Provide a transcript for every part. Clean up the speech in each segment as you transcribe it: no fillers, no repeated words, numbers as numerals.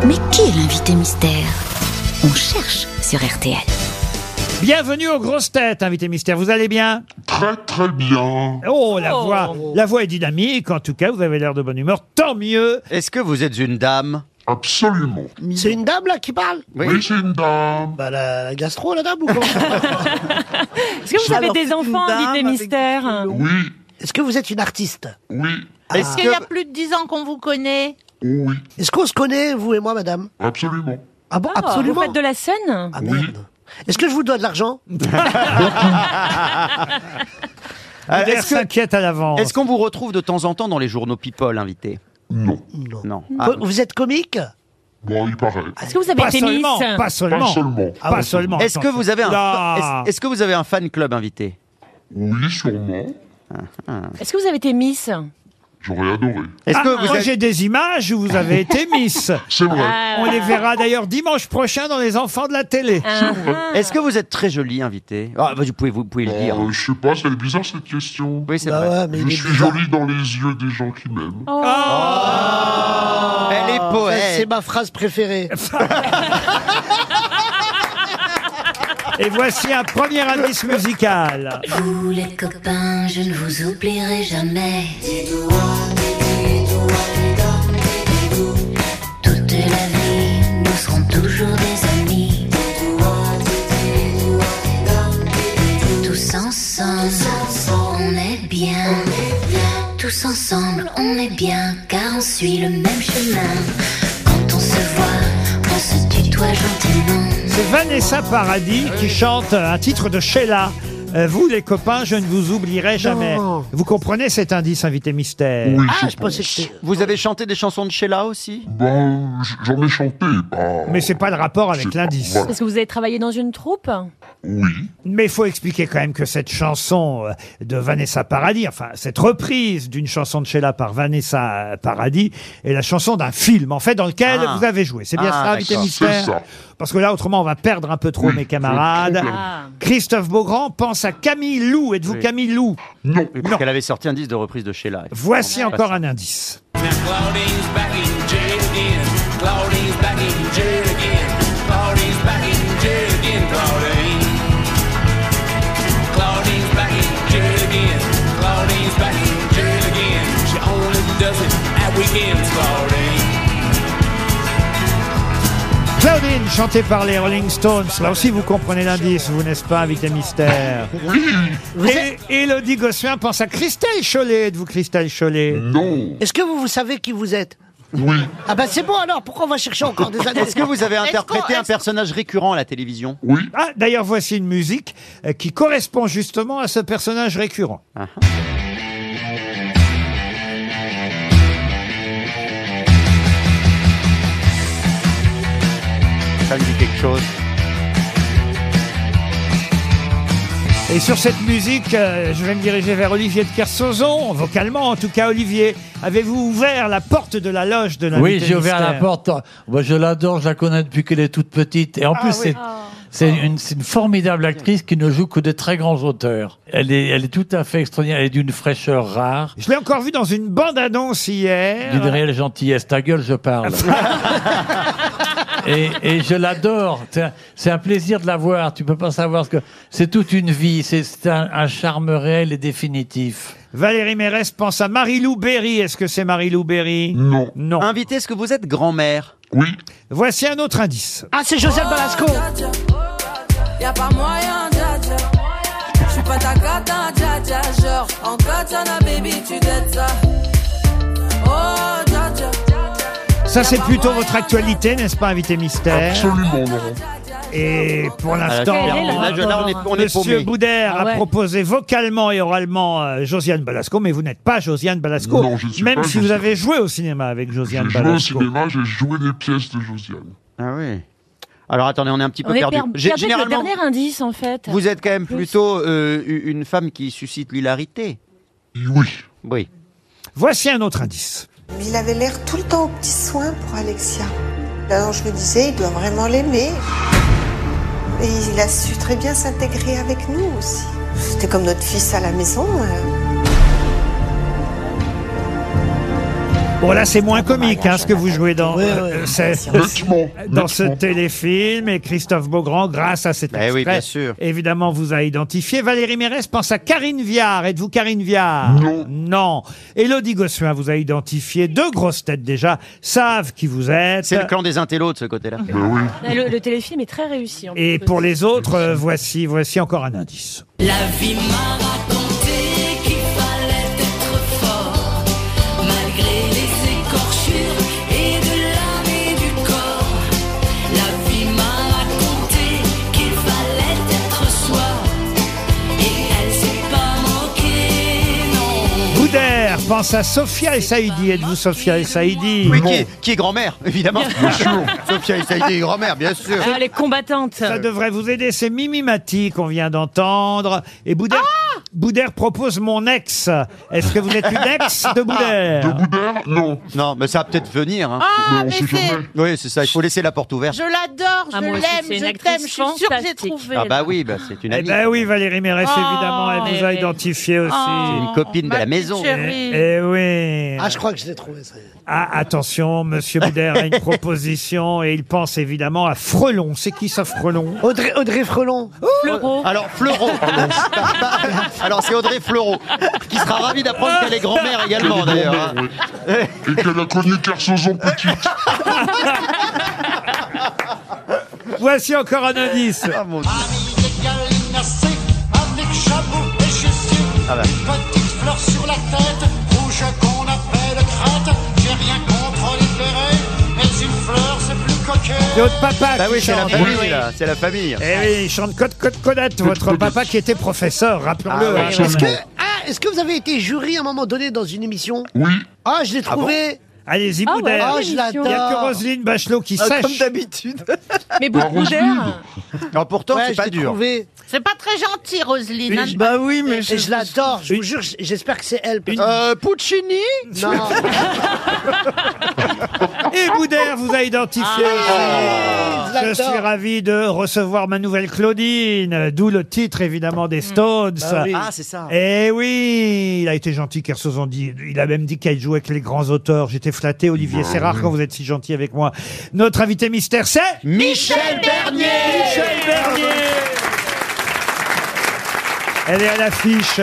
Mais qui est l'invité mystère? On cherche sur RTL. Bienvenue aux grosses têtes, invité mystère. Vous allez bien? Très très bien. Oh, la voix est dynamique. En tout cas, vous avez l'air de bonne humeur. Tant mieux. Est-ce que vous êtes une dame? Absolument. C'est une dame là qui parle? Oui, c'est une dame. Bah la gastro, la dame ou quoi? Est-ce que vous avez des enfants, invité mystère? Oui, Est-ce que vous êtes une artiste? oui, Est-ce Qu'il y a plus de 10 ans qu'on vous connaît. oui, Est-ce qu'on se connaît, vous et moi, madame? absolument. Ah bon, Vous absolument? faites de la scène? Ah merde. Est-ce que je vous dois de l'argent? Elle s'inquiète à l'avance. Est-ce qu'on vous retrouve de temps en temps dans les journaux People, invité? Non. Non. Vous êtes comique? Bon, il paraît. Est-ce que vous avez Pas été seulement, Miss? pas seulement. Pas seulement. Pas seulement. Est-ce que vous avez Là. est-ce que vous avez un fan club, invité? Oui, sûrement. Est-ce que vous avez été Miss? J'aurais adoré. Est-ce que vous moi, avez... j'ai des images où vous avez été Miss. C'est vrai. On les verra d'ailleurs dimanche prochain dans Les Enfants de la télé. Est-ce que vous êtes très jolie, invité? Vous pouvez le dire. Je sais pas, c'est bizarre cette question. Oui, c'est Bah vrai. ouais, mais Je il est suis bizarre. jolie dans les yeux des gens qui m'aiment. Elle est Ça, poète. c'est ma phrase préférée. Et voici un premier indice musical. Vous les copains, je ne vous oublierai jamais. Toute la vie, nous serons toujours des amis. Tous ensemble, on est bien. Tous ensemble, on est bien, car on suit le même chemin. Quand on se voit, on se tutoie gentiment. C'est Vanessa Paradis qui chante un titre de Sheila. Vous, les copains, je ne vous oublierai jamais. Non. Vous comprenez cet indice, invité mystère? Oui, Ah, je je pensais que c'était... Vous avez chanté des chansons de Sheila aussi? Ben, j'en ai chanté, pas... Mais c'est pas le rapport avec C'est- l'indice. voilà. Est-ce que vous avez travaillé dans une troupe? Oui. Mais il faut expliquer quand même que cette chanson de Vanessa Paradis, enfin cette reprise d'une chanson de Sheila par Vanessa Paradis, est la chanson d'un film, en fait, dans lequel Ah. vous avez joué. C'est bien Ah, ça, invité d'accord. mystère? C'est ça. Parce que là, autrement, on va perdre un peu trop Oui, mes camarades. complètement. Christophe Beaugrand pense à Camille Lou. Êtes-vous Oui. Camille Lou? Non. Oui, parce qu'elle avait sorti un disque de reprise de Sheila. Voici encore un indice. Now Claudine's back in jail again. Claudine's back in jail again. Claudine's back in jail again. Claudine. Claudine's back in jail again. Claudine's back in jail again. She only does it at weekends, Claudine. Claudine, chantée par les Rolling Stones. Là aussi, vous comprenez l'indice, vous n'est-ce pas, invité mystère? Et Élodie Gossuin pense à Christelle Chollet. Êtes-vous Christelle Chollet? Non. Est-ce que vous savez qui vous êtes? Oui. Ah bah c'est bon alors, pourquoi on va chercher encore des années? Est-ce que vous avez interprété qu'on- un personnage récurrent à la télévision? Oui. Ah, d'ailleurs, voici une musique qui correspond justement à ce personnage récurrent. Ça me dit quelque chose. Et sur cette musique, je vais me diriger vers Olivier de Kersauzon, vocalement en tout cas. Olivier, avez-vous ouvert la porte de la loge de l'invité Oui, j'ai ouvert la mystère? porte. Moi, je l'adore, je la connais depuis qu'elle est toute petite. Et en plus, oui. c'est une formidable actrice qui ne joue que de très grands auteurs. Elle est tout à fait extraordinaire. Elle est d'une fraîcheur rare, Je l'ai encore vu dans une bande-annonce hier. d'une réelle gentillesse. Ta gueule, je parle. Et je l'adore. C'est un plaisir de la voir. Tu peux pas savoir ce que c'est toute une vie. C'est un charme réel et définitif. Valérie Mérès pense à Marie-Lou Berry. Est-ce que c'est Marie-Lou Berry? Non. Non. Invité, est-ce que vous êtes grand-mère? Oui. Voici un autre indice. Ah, c'est Joseph Balasco. Y'a pas moyen, dja dja. J'suis pas ta cata, dja dja. Genre, en katana, baby, tu dettes ça. Oh, dja dja. Ça, c'est plutôt votre actualité, n'est-ce pas, invité mystère? Absolument, Laurent. Et pour l'instant, Quel est le Là, on est Monsieur paumé. Boudère Ah ouais. a proposé vocalement et oralement Josiane Balasco, mais vous n'êtes pas Josiane Balasco. Non, je suis même pas si vous Josiane. avez joué au cinéma avec Josiane J'ai joué au Balasco. cinéma, j'ai joué des pièces de Josiane. Ah oui. Alors attendez, on est un petit peu On est perdu. perdu avec le Généralement, dernier indice, en fait. vous êtes quand même Plus. plutôt une femme qui suscite l'hilarité. Oui. Oui. Voici un autre indice. Il avait l'air tout le temps aux petits soins pour Alexia. Alors je me disais, il doit vraiment l'aimer. Et il a su très bien s'intégrer avec nous aussi. C'était comme notre fils à la maison. Bon, là, c'est moins comique, hein, ce que vous jouez dans, dans ce Nettement. téléfilm. Et Christophe Beaugrand, grâce à cet extrait, oui, bien sûr. évidemment, vous a identifié. Valérie Mérès pense à Karine Viard. Êtes-vous Karine Viard? Non. Non. Élodie Gossuin vous a identifié. Deux grosses têtes déjà savent qui vous êtes. C'est le clan des intellos de ce côté-là. Ben oui. Le téléfilm est très réussi. en Et plus. pour les autres, voici encore un indice. La vie m'a raconté qu'il fallait être fort, malgré les écorchures et de l'âme et du corps. La vie m'a raconté qu'il fallait être soi, et elle s'est pas moquée, non. Boudère pense à Sophia El Saïdi. Êtes-vous Sophia El Saïdi? Oui, qui est grand-mère, évidemment. Bien sûr. Sophia El Saïdi, grand-mère, bien sûr. Ah, les combattantes. Ça devrait vous aider, c'est Mimi Mati qu'on vient d'entendre. Et Boudère propose mon ex. Est-ce que vous êtes une ex de Boudère? De Boudère? Non. Non, mais ça va peut-être venir. Hein. Ah, on mais sait c'est... jamais. Oui, c'est ça, il faut laisser la porte ouverte. Je l'adore, je Ah, moi aussi, l'aime, c'est une je actrice t'aime, je suis sûre que j'ai fantastique. trouvé. Ah bah oui, bah, c'est une Eh amie. ben oui, Valérie Mérès, Oh, évidemment, elle vous a mais- identifié aussi. C'est une copine de Ma la petite maison. chérie. Eh oui. Ah, je crois que je l'ai trouvé, ça y est. Ah, attention, Monsieur Boudère a une proposition et il pense évidemment à Frelon. C'est qui ça, Frelon? Audrey Frelon. Fleurot. Alors, Fleurot. Alors, c'est Audrey Fleurot, qui sera ravie d'apprendre qu'elle est grand-mère également, d'ailleurs. hein. Et qu'elle a connu Kersozon petite. Voici encore un indice. Ah, mon Dieu. Avec chapeau et chaussures, Ah bah. petite fleur sur la tête, rouge qu'on appelle crête. J'ai rien contre les ferrets, mais une fleur c'est plus coquet. C'est votre papa Bah qui oui, c'est la chante. famille, là. C'est la famille. Eh oui, il chante Côte Côte Codette, votre papa qui était professeur, rappelons-le. Ah oui, hein, oui, quand Est-ce même. que, est-ce que vous avez été jury à un moment donné dans une émission? Oui. Ah, je l'ai trouvé. Allez-y, Ah ouais, Boudère. Ah, ouais, je Il n'y a que l'adore. Roselyne Bachelot qui sèche. Comme d'habitude. Mais Bah, Boudère. Alors, pourtant, Ouais, c'est je pas l'ai dur. trouvé. C'est pas très gentil, Roselyne. hein. Bah oui, mais je l'adore. Je vous jure, j'espère que c'est elle. Puccini. Non. Et Boudère vous a identifié aussi. Je l'adore. suis ravi de recevoir ma nouvelle Claudine, d'où le titre évidemment des Stones. Bah oui. Ah, c'est ça. Eh oui, il a été gentil, Kersozon dit. Il a même dit qu'elle jouait avec les grands auteurs. J'étais flatté, Olivier. C'est rare quand vous êtes si gentil avec moi. Notre invité mystère, c'est Michel Bernier. Michel Bernier. Elle est à l'affiche.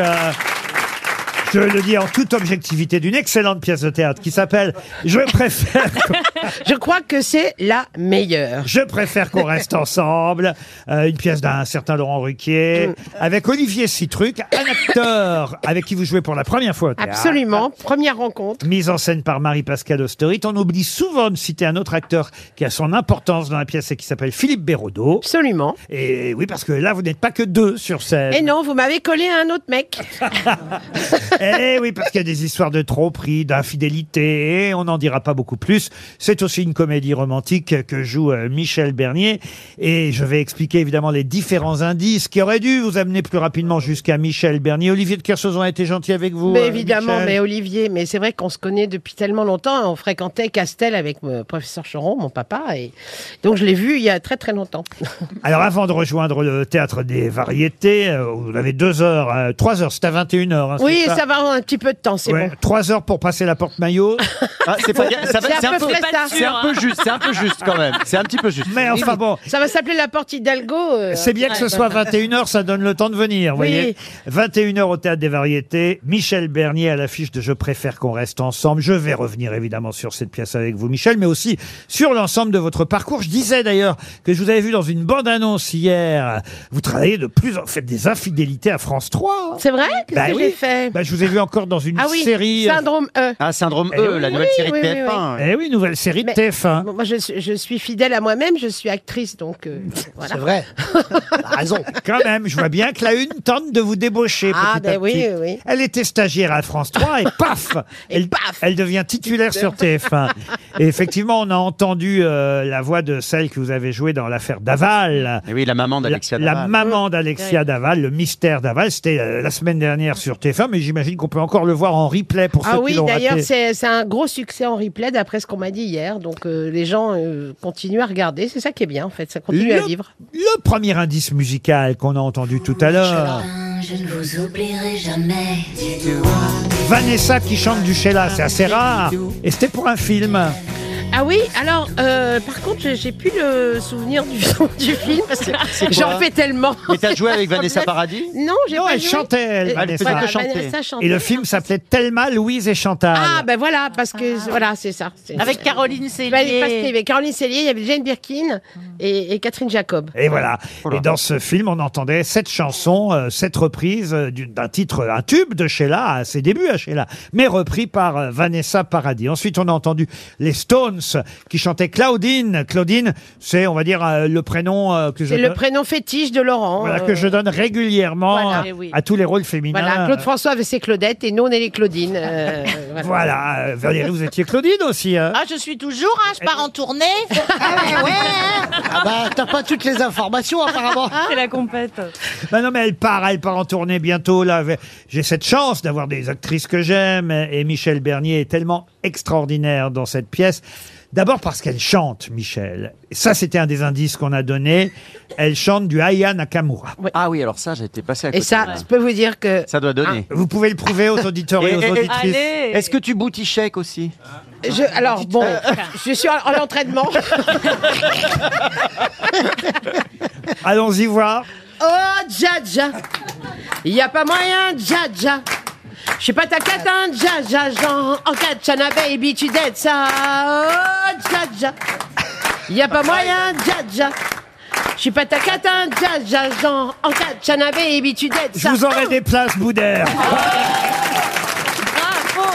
Je le dis en toute objectivité, d'une excellente pièce de théâtre qui s'appelle Je préfère Je crois que c'est la meilleure. Je préfère qu'on reste ensemble. Une pièce d'un certain Laurent Ruquier avec Olivier Citruc, un acteur avec qui vous jouez pour la première fois au théâtre. Absolument, première rencontre. Mise en scène par Marie-Pascale Austerite. On oublie souvent de citer un autre acteur qui a son importance dans la pièce et qui s'appelle Philippe Béraudot. Absolument. Et oui, parce que là, vous n'êtes pas que deux sur scène. Et non, vous m'avez collé à un autre mec. Eh oui, parce qu'il y a des histoires de tromperie, d'infidélité, et on n'en dira pas beaucoup plus. C'est aussi une comédie romantique que joue Michel Bernier. Et je vais expliquer évidemment les différents indices qui auraient dû vous amener plus rapidement jusqu'à Michel Bernier. Olivier de Kersozon a été gentil avec vous. Mais évidemment, Michel. mais Olivier, mais c'est vrai qu'on se connaît depuis tellement longtemps. On fréquentait Castel avec le professeur Choron, mon papa, et donc je l'ai vu il y a très très longtemps. Alors avant de rejoindre le Théâtre des Variétés, vous avez 2 heures, 3 heures, c'est à 21h. Hein, Oui, c'est ça va un petit peu de temps, c'est Ouais, bon. 3 heures pour passer la porte maillot. Ah, c'est pas, ça va- C'est à c'est un peu peu, près ça. c'est un peu juste, c'est un peu juste quand même. C'est un petit peu juste. Mais enfin bon, Ça va s'appeler la porte Hidalgo. c'est bien que ce soit 21h, ça donne le temps de venir, vous Oui. voyez. 21h au Théâtre des Variétés, Michel Bernier à l'affiche de Je préfère qu'on reste ensemble. Je vais revenir évidemment sur cette pièce avec vous, Michel, mais aussi sur l'ensemble de votre parcours. Je disais d'ailleurs que je vous avais vu dans une bande-annonce hier. Vous travaillez faites des infidélités à France 3. C'est vrai? Qu'est-ce Bah que oui. j'ai fait? Bah, je vous ai vu encore dans une Ah oui, série. Syndrome E. Ah, Syndrome Eh E, oui, la nouvelle série de oui, oui, TF1. Eh oui, nouvelle série de Mais- TF1. Bon, moi, je suis fidèle à moi-même, je suis actrice, donc voilà. C'est vrai. T'as raison. Quand même, je vois bien que la une tente de vous débaucher. Ah, petit à ben oui, petit. oui. Elle était stagiaire à France 3 et paf, Et paf elle devient titulaire sur TF1. Et effectivement, on a entendu la voix de celle que vous avez jouée dans l'affaire Daval. Et oui, la maman d'Alexia La Daval. maman d'Alexia Daval, le mystère Daval, c'était la semaine dernière sur TF1, mais j'imagine qu'on peut encore le voir en replay pour ceux Ah qui oui, l'ont d'ailleurs, raté. c'est un gros succès en replay, d'après ce qu'on m'a dit hier. Donc, les gens continuent à regarder. C'est ça qui est bien, en fait. Ça continue à vivre. Le premier indice musical qu'on a entendu tout à l'heure. Je ne vous oublierai jamais. Dites-moi, Vanessa qui chante du Sheila, c'est assez rare. Et c'était pour un film. Ah oui, alors, par contre, j'ai plus le souvenir du film parce que j'en fais tellement. Mais t'as joué avec Vanessa Paradis? Non, j'ai Non, pas elle joué. chantait, elle, Vanessa. faisait que chanter. Vanessa chantait. Et le film s'appelait Thelma, Louise et Chantal. Ah, ben voilà, parce que voilà, c'est ça. Avec Caroline Parce qu'il y Cellier. avait Caroline Cellier, il y avait Jane Birkin et Catherine Jacob. Et voilà. Et dans ce film, on entendait 7 chansons, 7 reprises d'un titre, un tube de Sheila, à ses débuts à Sheila, mais repris par Vanessa Paradis. Ensuite, on a entendu les Stones qui chantaient Claudine. Claudine, c'est, on va dire, le prénom que je C'est le donne, prénom fétiche de Laurent. voilà, que je donne régulièrement Voilà. à tous les rôles féminins. Voilà, Claude François avait ses Claudettes et nous on est les Claudines. Voilà. Valérie, vous étiez Claudine aussi, hein? Ah, je suis toujours, hein, je pars en tournée. Ah, ouais, Ah bah, t'as pas toutes les informations apparemment. C'est la compète. Bah non, mais elle part en tournée bientôt. Là, j'ai cette chance d'avoir des actrices que j'aime, et Michel Bernier est tellement extraordinaire dans cette pièce. D'abord parce qu'elle chante, Michel. Et ça, c'était un des indices qu'on a donné. Elle chante du Aya Nakamura. Ah oui, alors ça, j'ai été passé à côté. Et ça, je peux vous dire que Ça doit donner. Vous pouvez le prouver aux auditeurs et aux auditrices. Allez. Est-ce que tu boutichèques aussi? alors bon, je suis en entraînement. Allons-y voir. Oh Dja, il y a pas moyen Dja. Je suis pas ta catin Dja, Jean. En Katchana baby, tu dettes ça. Oh Dja, il y a pas moyen Dja. Je suis pas ta catin Dja, Jean. En Katchana baby, tu dettes Je ça. vous aurai des places, Boudère. Bravo.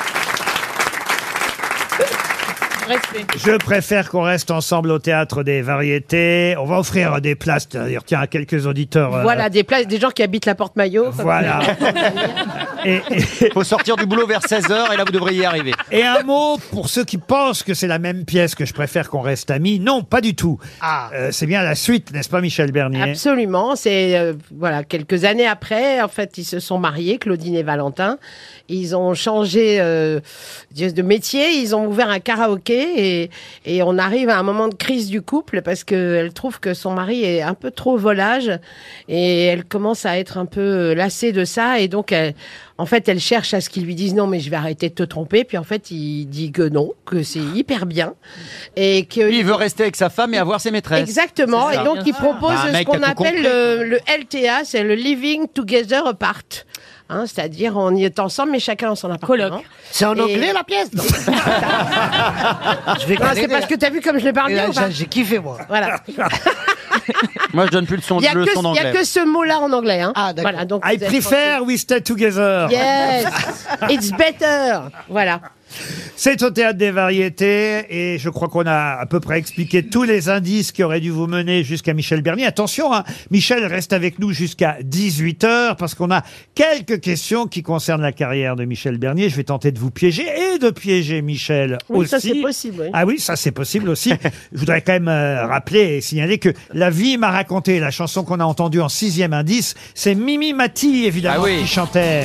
Respect. Je préfère qu'on reste ensemble au Théâtre des Variétés. On va offrir des places, d'ailleurs, tiens, à quelques auditeurs. Voilà, des gens qui habitent la Porte-Maillot. Voilà. Et Faut sortir du boulot vers 16h et là, vous devriez y arriver. Et un mot pour ceux qui pensent que c'est la même pièce, que je préfère qu'on reste amis. Non, pas du tout. C'est bien la suite, n'est-ce pas, Michel Bernier? Absolument. C'est voilà, quelques années après, en fait, ils se sont mariés, Claudine et Valentin. Ils ont changé de métier. Ils ont ouvert un karaoké et on arrive à un moment de crise du couple parce qu'elle trouve que son mari est un peu trop volage et elle commence à être un peu lassée de ça et donc en fait, elle cherche à ce qu'ils lui disent non, mais je vais arrêter de te tromper. Puis en fait, il dit que non, que c'est hyper bien et que Lui, il veut rester avec sa femme et avoir ses maîtresses. exactement. C'est Et ça. donc, il propose Bah, un ce mec qu'on qui a tout appelle compris. le LTA, c'est le Living Together Apart. Hein, c'est-à-dire, on y est ensemble, mais chacun dans son appartement. Coloc. C'est en Et- anglais la pièce? Non. Je vais Non, c'est parce que t'as vu comme je le parle Et bien là, ou pas j'ai kiffé moi. Voilà. Moi, je donne plus le son Il y a le son que d'anglais. ce mot-là en anglais. Hein. Ah, d'accord. Voilà, donc I vous êtes prefer we stay together. Yes, it's better. Voilà. C'est au Théâtre des Variétés et je crois qu'on a à peu près expliqué tous les indices qui auraient dû vous mener jusqu'à Michel Bernier. Attention, hein, Michel reste avec nous jusqu'à 18h parce qu'on a quelques questions qui concernent la carrière de Michel Bernier. Je vais tenter de vous piéger et de piéger Michel Oui, aussi. ça c'est possible. Oui. Ah oui, ça c'est possible aussi. Je voudrais quand même rappeler et signaler que La vie m'a raconté, la chanson qu'on a entendue en 6e indice, c'est Mimi Mati évidemment Ah oui. qui chantait.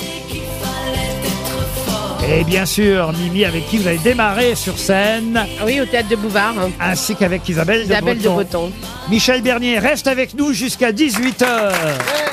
Et bien sûr, Mimi, avec qui vous avez démarré sur scène, Ah oui, au théâtre de Bouvard. Hein. ainsi qu'avec Isabelle, Isabelle de de Breton. Breton. Michel Bernier reste avec nous jusqu'à 18h.